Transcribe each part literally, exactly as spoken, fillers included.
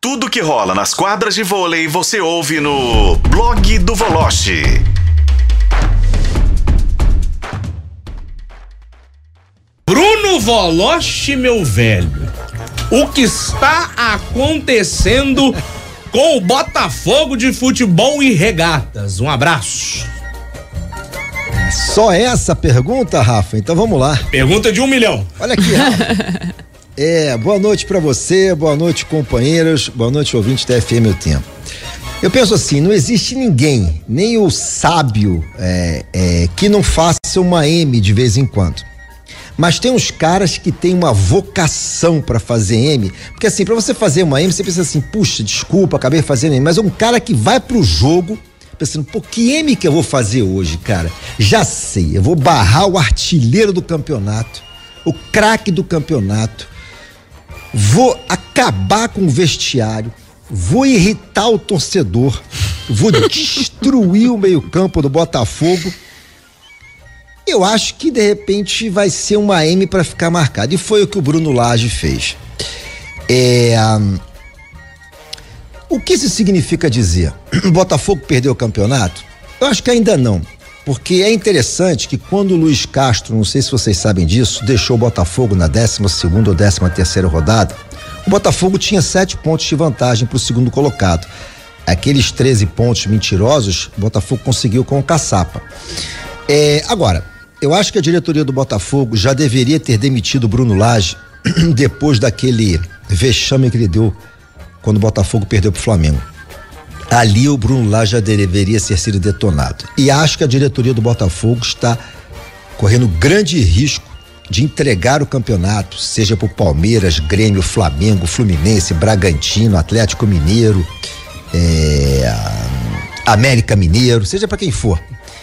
Tudo que rola nas quadras de vôlei você ouve no Blog do Voloche. Bruno Voloche, meu velho, o que está acontecendo com o Botafogo de Futebol e Regatas? Um abraço. Só essa pergunta, Rafa? Então vamos lá. Pergunta de um milhão. Olha aqui, Rafa. É, boa noite pra você, boa noite, companheiros, boa noite, ouvintes da F M O Tempo. Eu penso assim, não existe ninguém, nem o sábio, é, é, que não faça uma M de vez em quando. Mas tem uns caras que têm uma vocação pra fazer M, porque assim, pra você fazer uma M, você pensa assim, puxa, desculpa, acabei fazendo M, mas é um cara que vai pro jogo pensando, pô, que M que eu vou fazer hoje, cara? Já sei, eu vou barrar o artilheiro do campeonato, o craque do campeonato, vou acabar com o vestiário, vou irritar o torcedor, vou destruir o meio-campo do Botafogo. Eu acho que de repente vai ser uma M para ficar marcado. E foi o que o Bruno Lage fez. É, um, o que isso significa dizer? O Botafogo perdeu o campeonato? Eu acho que ainda não. Porque é interessante que quando o Luiz Castro, não sei se vocês sabem disso, deixou o Botafogo na décima segunda ou décima terceira rodada, o Botafogo tinha sete pontos de vantagem para o segundo colocado. Aqueles treze pontos mentirosos, o Botafogo conseguiu com o Caçapa. É, agora, eu acho que a diretoria do Botafogo já deveria ter demitido o Bruno Lage depois daquele vexame que ele deu quando o Botafogo perdeu pro Flamengo. Ali o Bruno Lage já deveria ter sido detonado. E acho que a diretoria do Botafogo está correndo grande risco de entregar o campeonato, seja pro Palmeiras, Grêmio, Flamengo, Fluminense, Bragantino, Atlético Mineiro, é, América Mineiro, seja para quem for,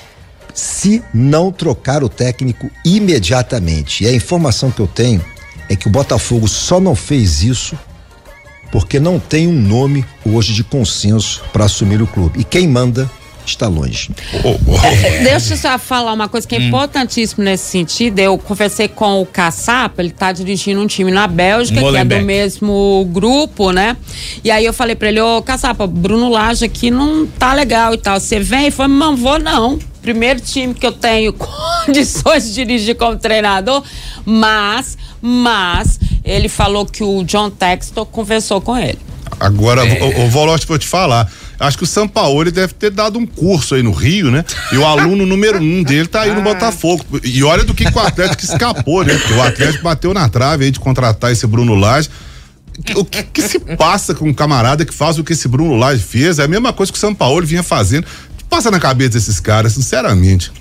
se não trocar o técnico imediatamente. E a informação que eu tenho é que o Botafogo só não fez isso porque não tem um nome hoje de consenso para assumir o clube. E quem manda está longe. Oh, oh. É, deixa eu só falar uma coisa que é hum. importantíssima nesse sentido. Eu conversei com o Caçapa, ele tá dirigindo um time na Bélgica, Molenbeek, que é do mesmo grupo, né? E aí eu falei pra ele, ô oh, Caçapa, Bruno Lage aqui não tá legal e tal. Você vem? Ele falou, não vou não. Primeiro time que eu tenho condições de dirigir como treinador, mas, mas, ele falou que o John Textor conversou com ele. Agora, é. o, o Voloche, vou te falar, acho que o Sampaoli deve ter dado um curso aí no Rio, né? E o aluno número um dele tá aí no Botafogo. E olha do que, que o Atlético escapou, né? O Atlético bateu na trave aí de contratar esse Bruno Lage. O que, que se passa com um camarada que faz o que esse Bruno Lage fez? É a mesma coisa que o Sampaoli vinha fazendo. Passa na cabeça desses caras, sinceramente.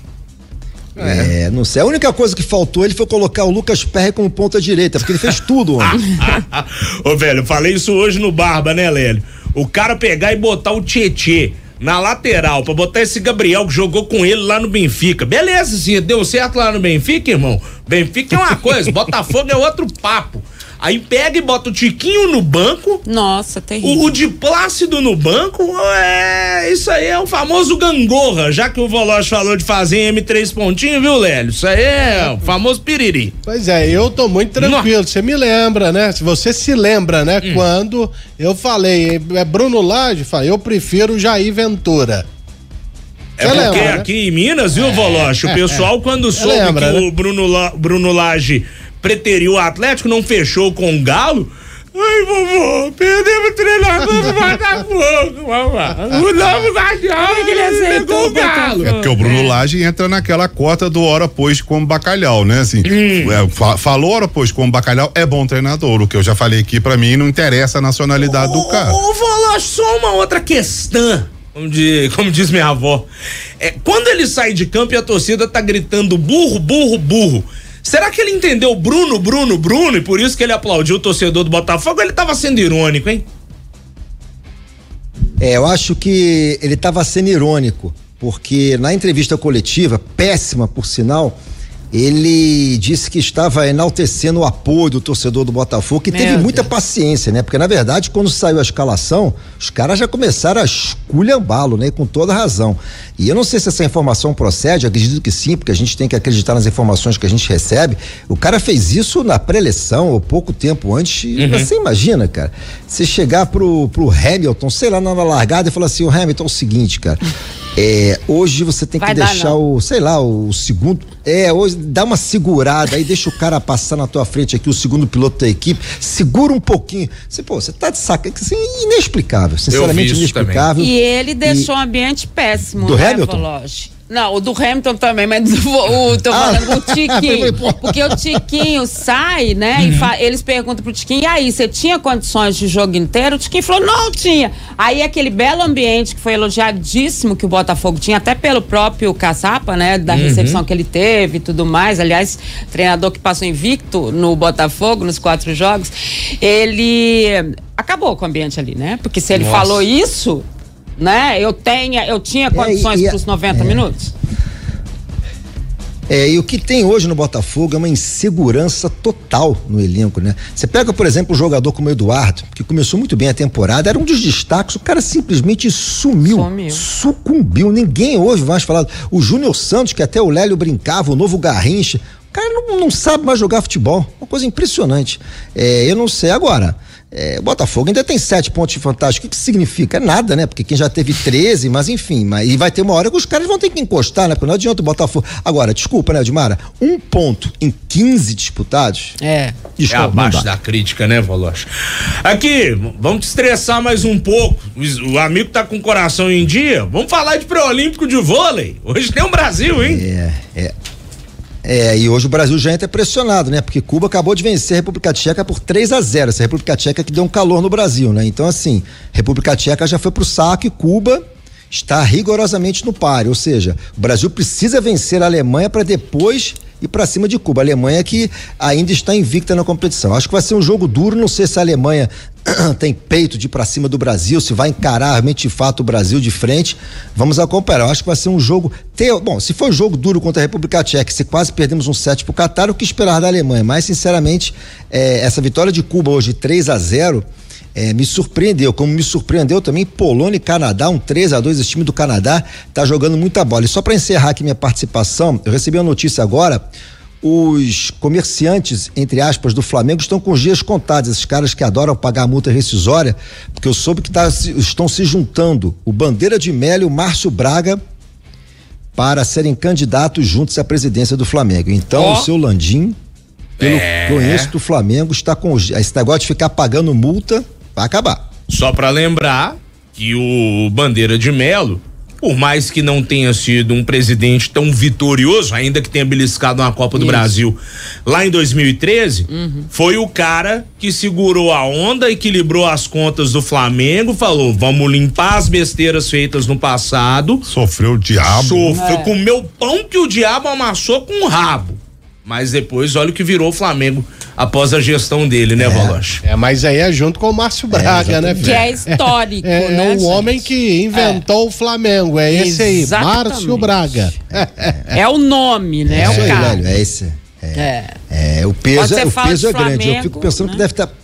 É. é, não sei. A única coisa que faltou ele foi colocar o Lucas Perry como ponta direita, porque ele fez tudo ontem. Ô, velho, eu falei isso hoje no Barba, né, Lélio? O cara pegar e botar o Tietê na lateral, pra botar esse Gabriel que jogou com ele lá no Benfica. Beleza, sim, deu certo lá no Benfica, irmão? Benfica é uma coisa, Botafogo é outro papo. Aí pega e bota o Tiquinho no banco. Nossa, terrível. O, o de Plácido no banco, é, isso aí é o famoso gangorra, já que o Voloche falou de fazer M três pontinhos, viu, Lélio? Isso aí é o famoso piriri. Pois é, eu tô muito tranquilo, você me lembra, né? Se você se lembra, né? Hum. Quando eu falei, é Bruno Lage, eu prefiro Jair Ventura. É porque lembra, né? Aqui em Minas, viu, é, Voloche, o pessoal é, quando soube lembra, que né? o Bruno, La, Bruno Lage preteriu o Atlético, não fechou com o Galo. Ai, vovô, perdemos o treinador do Botafogo, vovô. O novo Guardião pegou o Galo. É porque o Bruno Lage entra naquela cota do hora pois como bacalhau, né? Assim, hum. é, fa, falou hora pois como bacalhau, é bom treinador. O que eu já falei aqui, pra mim, não interessa a nacionalidade o, do cara. Ô, Voloche, só uma outra questão. Como, de, como diz minha avó. É, quando ele sai de campo e a torcida tá gritando burro, burro, burro, será que ele entendeu Bruno, Bruno, Bruno e por isso que ele aplaudiu o torcedor do Botafogo? Ou ele tava sendo irônico, hein? É, eu acho que ele tava sendo irônico, porque na entrevista coletiva, péssima por sinal, ele disse que estava enaltecendo o apoio do torcedor do Botafogo, que Meu teve muita Deus. paciência, né? Porque na verdade quando saiu a escalação, os caras já começaram a esculhambá-lo, né? Com toda razão. E eu não sei se essa informação procede, acredito que sim, porque a gente tem que acreditar nas informações que a gente recebe. O cara fez isso na pré-eleição, ou pouco tempo antes. Uhum. Você imagina, cara, você chegar pro, pro Hamilton, sei lá, na largada e falar assim, o Hamilton, é o seguinte, cara, é, hoje você tem Vai que deixar não. o, sei lá, o segundo, é, hoje dá uma segurada aí, deixa o cara passar na tua frente aqui, o segundo piloto da equipe, segura um pouquinho. Você, pô, você tá de saco, assim, inexplicável, sinceramente inexplicável. E ele deixou e, um ambiente péssimo, do né, Hamilton? Veloz? Não, o do Hamilton também, mas o, tô falando ah. o Tiquinho. Porque o Tiquinho sai, né? Uhum. E fa, eles perguntam pro Tiquinho, e aí, você tinha condições de jogo inteiro? O Tiquinho falou, não tinha. Aí aquele belo ambiente que foi elogiadíssimo que o Botafogo tinha, até pelo próprio Caçapa, né? Da uhum. recepção que ele teve e tudo mais. Aliás, treinador que passou invicto no Botafogo, nos quatro jogos, ele acabou com o ambiente ali, né? Porque se ele Nossa. falou isso... Né? Eu, tenha, eu tinha condições é, para os noventa é, minutos. É, e o que tem hoje no Botafogo é uma insegurança total no elenco, né? Você pega, por exemplo, um jogador como o Eduardo, que começou muito bem a temporada, era um dos destaques, o cara simplesmente sumiu, sumiu. sucumbiu, ninguém hoje mais falar. O Júnior Santos, que até o Lélio brincava, o novo Garrincha, o cara não, não sabe mais jogar futebol, uma coisa impressionante. É, eu não sei agora. É, o Botafogo ainda tem sete pontos de vantagem. O que que significa? É nada, né? Porque quem já teve treze, mas enfim, mas, e vai ter uma hora que os caras vão ter que encostar, né? Porque não adianta o Botafogo. Agora, desculpa, né, Edmara? Um ponto em quinze disputados. É. Desculpa, é abaixo da crítica, né, Voloche? Aqui, vamos te estressar mais um pouco. O amigo tá com o coração em dia. Vamos falar de pré-olímpico de vôlei. Hoje tem o Brasil, hein? É, é. É, e hoje o Brasil já entra pressionado, né? Porque Cuba acabou de vencer a República Tcheca por três a zero. Essa República Tcheca que deu um calor no Brasil, né? Então, assim, República Tcheca já foi pro saco e Cuba está rigorosamente no páreo. Ou seja, o Brasil precisa vencer a Alemanha para depois ir para cima de Cuba. A Alemanha que ainda está invicta na competição. Acho que vai ser um jogo duro. Não sei se a Alemanha tem peito de ir para cima do Brasil, se vai encarar realmente de fato o Brasil de frente. Vamos acompanhar. Eu acho que vai ser um jogo. Ter, bom, se for um jogo duro contra a República Tcheca, se quase perdemos um set pro Catar, o que esperar da Alemanha? Mas, sinceramente, é, essa vitória de Cuba hoje, três a zero, é, me surpreendeu. Como me surpreendeu também Polônia e Canadá, um três a dois. Esse time do Canadá tá jogando muita bola. E só para encerrar aqui minha participação, eu recebi uma notícia agora. Os comerciantes, entre aspas, do Flamengo estão com os dias contados, esses caras que adoram pagar multa rescisória, porque eu soube que tá, estão se juntando o Bandeira de Melo e o Márcio Braga para serem candidatos juntos à presidência do Flamengo. Então, oh. o seu Landim, pelo é. que conheço do Flamengo, está com os, esse negócio de ficar pagando multa, vai acabar. Só para lembrar que o Bandeira de Melo, por mais que não tenha sido um presidente tão vitorioso, ainda que tenha beliscado uma Copa do Isso. Brasil lá em dois mil e treze, uhum. foi o cara que segurou a onda, equilibrou as contas do Flamengo, falou, vamos limpar as besteiras feitas no passado. Sofreu o diabo. Sofreu, é. comeu pão que o diabo amassou com o rabo. Mas depois, olha o que virou o Flamengo após a gestão dele, né, Voloche? É, mas aí é junto com o Márcio Braga, é, né, filho? Que é histórico, é, né, É o gente? homem que inventou é. o Flamengo, é esse aí, Márcio Braga. É o nome, né? É, é o cara. Velho, é esse. É, é. é o peso, é, o peso é grande. Flamengo, eu fico pensando né? que deve estar... Tá,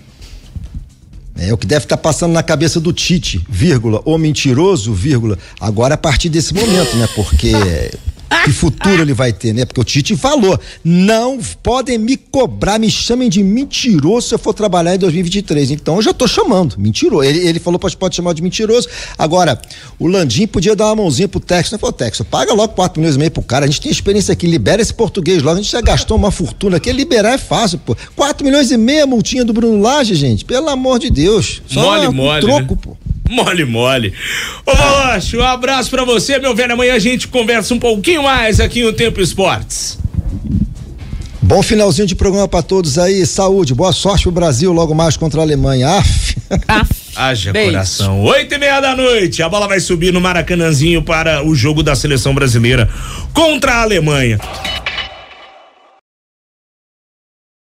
é o que deve estar tá passando na cabeça do Tite, vírgula, o mentiroso, vírgula, agora a partir desse momento, né? Porque... Que futuro ele vai ter, né? Porque o Tite falou, não podem me cobrar, me chamem de mentiroso se eu for trabalhar em dois mil e vinte e três. Então eu já tô chamando, mentiroso. Ele, ele falou, pode, pode chamar de mentiroso. Agora, o Landim podia dar uma mãozinha pro Texas, né? Falou, Texas, paga logo quatro milhões e meio pro cara, a gente tem experiência aqui, libera esse português logo, a gente já gastou uma fortuna aqui, liberar é fácil, pô. quatro milhões e meio a multinha do Bruno Lage, gente, pelo amor de Deus. Só mole, um mole, troco, né? pô. Mole, mole. Ô, Voloche, um abraço pra você, meu velho. Amanhã a gente conversa um pouquinho mais aqui no Tempo Esportes. Bom finalzinho de programa pra todos aí. Saúde, boa sorte pro Brasil logo mais contra a Alemanha. Aff. Aff. Haja Beijo. Coração. Oito e meia da noite. A bola vai subir no Maracanãzinho para o jogo da seleção brasileira contra a Alemanha.